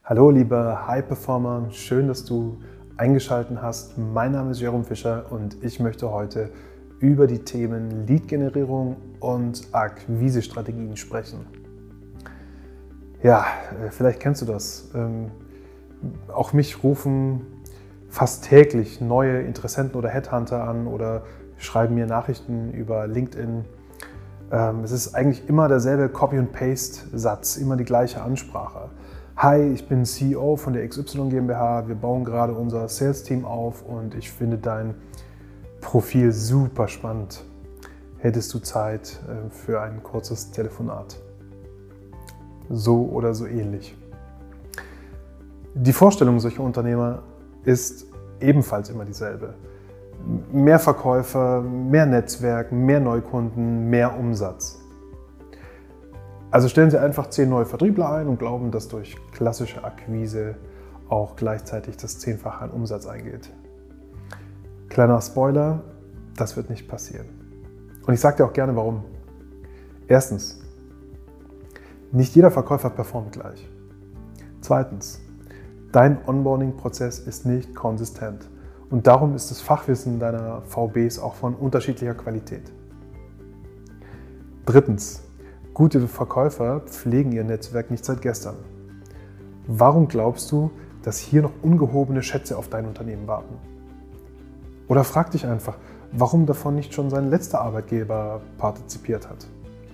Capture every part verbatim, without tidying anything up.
Hallo liebe High-Performer, schön, dass du eingeschaltet hast. Mein Name ist Jerome Fischer und ich möchte heute über die Themen Lead-Generierung und Akquise-Strategien sprechen. Ja, vielleicht kennst du das. Auch mich rufen fast täglich neue Interessenten oder Headhunter an oder schreiben mir Nachrichten über LinkedIn. Es ist eigentlich immer derselbe Copy-and-Paste-Satz, immer die gleiche Ansprache. Hi, ich bin C E O von der X Y GmbH, wir bauen gerade unser Sales-Team auf und ich finde dein Profil super spannend. Hättest du Zeit für ein kurzes Telefonat? So oder so ähnlich. Die Vorstellung solcher Unternehmer ist ebenfalls immer dieselbe. Mehr Verkäufer, mehr Netzwerk, mehr Neukunden, mehr Umsatz. Also stellen Sie einfach zehn neue Vertriebler ein und glauben, dass durch klassische Akquise auch gleichzeitig das Zehnfache an Umsatz eingeht. Kleiner Spoiler, das wird nicht passieren. Und ich sage dir auch gerne warum. Erstens, nicht jeder Verkäufer performt gleich. Zweitens, dein Onboarding-Prozess ist nicht konsistent und darum ist das Fachwissen deiner V Bs auch von unterschiedlicher Qualität. Drittens, gute Verkäufer pflegen ihr Netzwerk nicht seit gestern. Warum glaubst du, dass hier noch ungehobene Schätze auf dein Unternehmen warten? Oder frag dich einfach, warum davon nicht schon sein letzter Arbeitgeber partizipiert hat.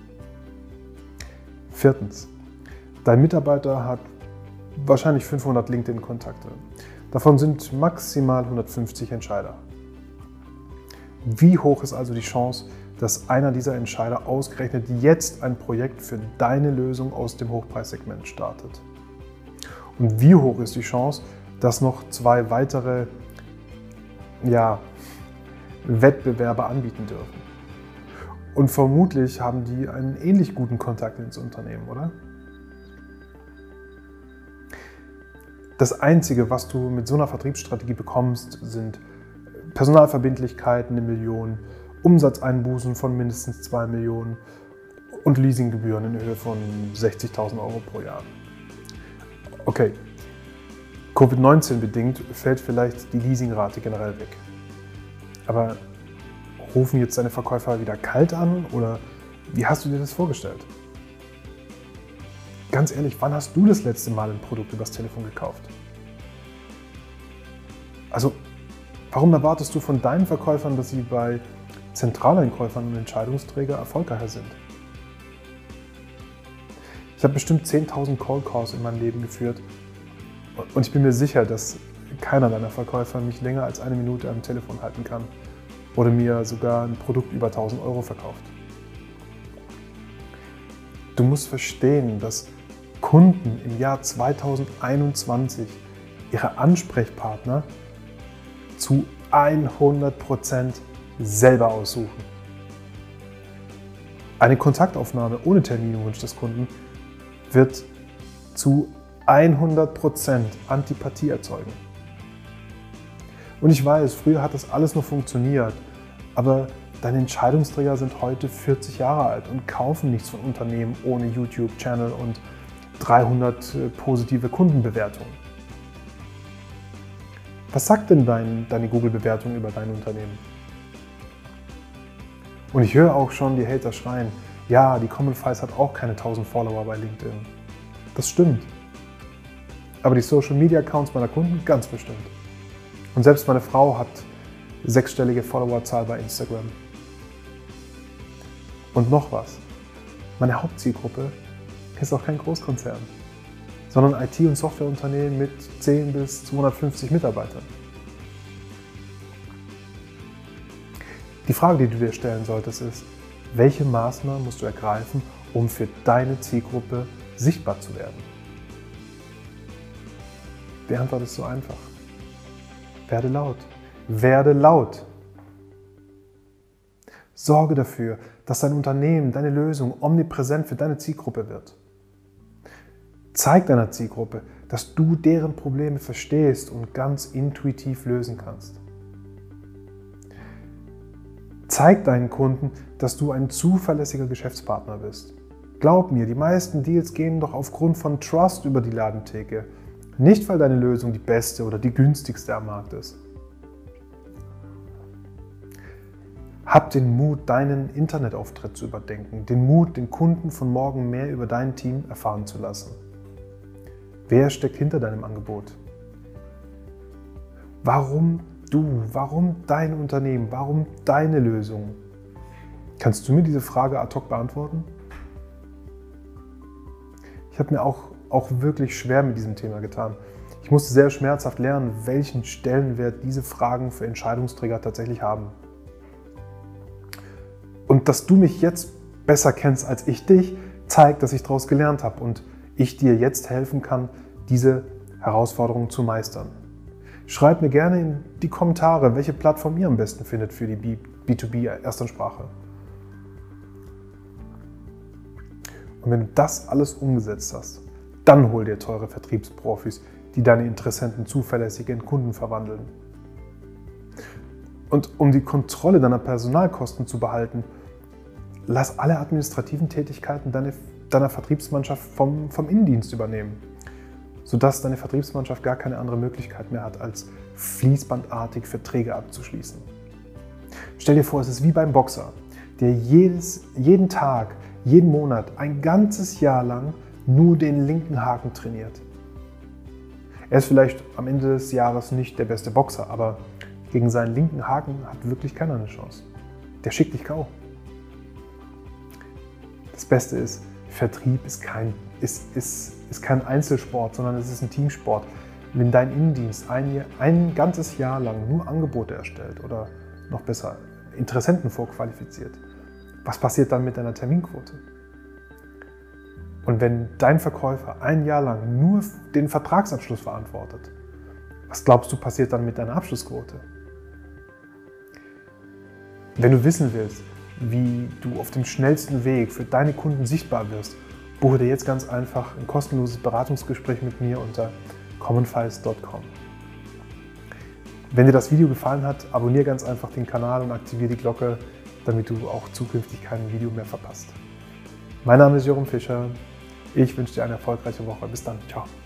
Viertens, dein Mitarbeiter hat wahrscheinlich fünfhundert LinkedIn-Kontakte. Davon sind maximal hundertfünfzig Entscheider. Wie hoch ist also die Chance, dass einer dieser Entscheider ausgerechnet jetzt ein Projekt für deine Lösung aus dem Hochpreissegment startet? Und wie hoch ist die Chance, dass noch zwei weitere ja, Wettbewerber anbieten dürfen? Und vermutlich haben die einen ähnlich guten Kontakt ins Unternehmen, oder? Das Einzige, was du mit so einer Vertriebsstrategie bekommst, sind Personalverbindlichkeiten eine Million, Umsatzeinbußen von mindestens zwei Millionen und Leasinggebühren in Höhe von sechzigtausend Euro pro Jahr. Okay, Covid neunzehn bedingt fällt vielleicht die Leasingrate generell weg. Aber rufen jetzt deine Verkäufer wieder kalt an oder wie hast du dir das vorgestellt? Ganz ehrlich, wann hast du das letzte Mal ein Produkt übers Telefon gekauft? Also, warum erwartest du von deinen Verkäufern, dass sie bei Zentraleinkäufern und Entscheidungsträger erfolgreicher sind? Ich habe bestimmt zehntausend Cold Calls in meinem Leben geführt und ich bin mir sicher, dass keiner deiner Verkäufer mich länger als eine Minute am Telefon halten kann oder mir sogar ein Produkt über tausend Euro verkauft. Du musst verstehen, dass Kunden im Jahr zweitausendeinundzwanzig ihre Ansprechpartner zu hundert Prozent selber aussuchen. Eine Kontaktaufnahme ohne Terminwunsch des Kunden wird zu hundert Prozent Antipathie erzeugen. Und ich weiß, früher hat das alles noch funktioniert, aber deine Entscheidungsträger sind heute vierzig Jahre alt und kaufen nichts von Unternehmen ohne YouTube-Channel und dreihundert positive Kundenbewertungen. Was sagt denn dein, deine Google-Bewertung über dein Unternehmen? Und ich höre auch schon die Hater schreien, ja, die Commonfice hat auch keine tausend Follower bei LinkedIn. Das stimmt. Aber die Social-Media-Accounts meiner Kunden ganz bestimmt. Und selbst meine Frau hat sechsstellige Followerzahl bei Instagram. Und noch was. Meine Hauptzielgruppe ist auch kein Großkonzern, sondern I T- und Softwareunternehmen mit zehn bis zweihundertfünfzig Mitarbeitern. Die Frage, die du dir stellen solltest, ist, welche Maßnahmen musst du ergreifen, um für deine Zielgruppe sichtbar zu werden? Die Antwort ist so einfach. Werde laut. Werde laut. Sorge dafür, dass dein Unternehmen, deine Lösung omnipräsent für deine Zielgruppe wird. Zeig deiner Zielgruppe, dass du deren Probleme verstehst und ganz intuitiv lösen kannst. Zeig deinen Kunden, dass du ein zuverlässiger Geschäftspartner bist. Glaub mir, die meisten Deals gehen doch aufgrund von Trust über die Ladentheke Nicht, weil deine Lösung die beste oder die günstigste am Markt ist. Hab den Mut, deinen Internetauftritt zu überdenken, den Mut, den Kunden von morgen mehr über dein Team erfahren zu lassen. Wer steckt hinter deinem Angebot? Warum du? Warum dein Unternehmen? Warum deine Lösung? Kannst du mir diese Frage ad hoc beantworten? Ich habe mir auch, auch wirklich schwer mit diesem Thema getan. Ich musste sehr schmerzhaft lernen, welchen Stellenwert diese Fragen für Entscheidungsträger tatsächlich haben. Und dass du mich jetzt besser kennst als ich dich, zeigt, dass ich daraus gelernt habe und ich dir jetzt helfen kann, diese Herausforderungen zu meistern. Schreib mir gerne in die Kommentare, welche Plattform ihr am besten findet für die B zwei B-Erstansprache. Und wenn du das alles umgesetzt hast, dann hol dir teure Vertriebsprofis, die deine Interessenten zuverlässig in Kunden verwandeln. Und um die Kontrolle deiner Personalkosten zu behalten, lass alle administrativen Tätigkeiten deiner, deiner Vertriebsmannschaft vom, vom Innendienst übernehmen, sodass deine Vertriebsmannschaft gar keine andere Möglichkeit mehr hat, als fließbandartig Verträge abzuschließen. Stell dir vor, es ist wie beim Boxer, der jedes, jeden Tag, jeden Monat, ein ganzes Jahr lang nur den linken Haken trainiert. Er ist vielleicht am Ende des Jahres nicht der beste Boxer, aber gegen seinen linken Haken hat wirklich keiner eine Chance. Der schickt dich K O Das Beste ist, Vertrieb ist kein, ist, ist, ist kein Einzelsport, sondern es ist ein Teamsport. Wenn dein Innendienst ein, ein ganzes Jahr lang nur Angebote erstellt oder noch besser Interessenten vorqualifiziert, was passiert dann mit deiner Terminquote? Und wenn dein Verkäufer ein Jahr lang nur den Vertragsabschluss verantwortet, was glaubst du passiert dann mit deiner Abschlussquote? Wenn du wissen willst, wie du auf dem schnellsten Weg für deine Kunden sichtbar wirst, buche dir jetzt ganz einfach ein kostenloses Beratungsgespräch mit mir unter commonfiles punkt com. Wenn dir das Video gefallen hat, abonniere ganz einfach den Kanal und aktiviere die Glocke, damit du auch zukünftig kein Video mehr verpasst. Mein Name ist Jochen Fischer. Ich wünsche dir eine erfolgreiche Woche. Bis dann. Ciao.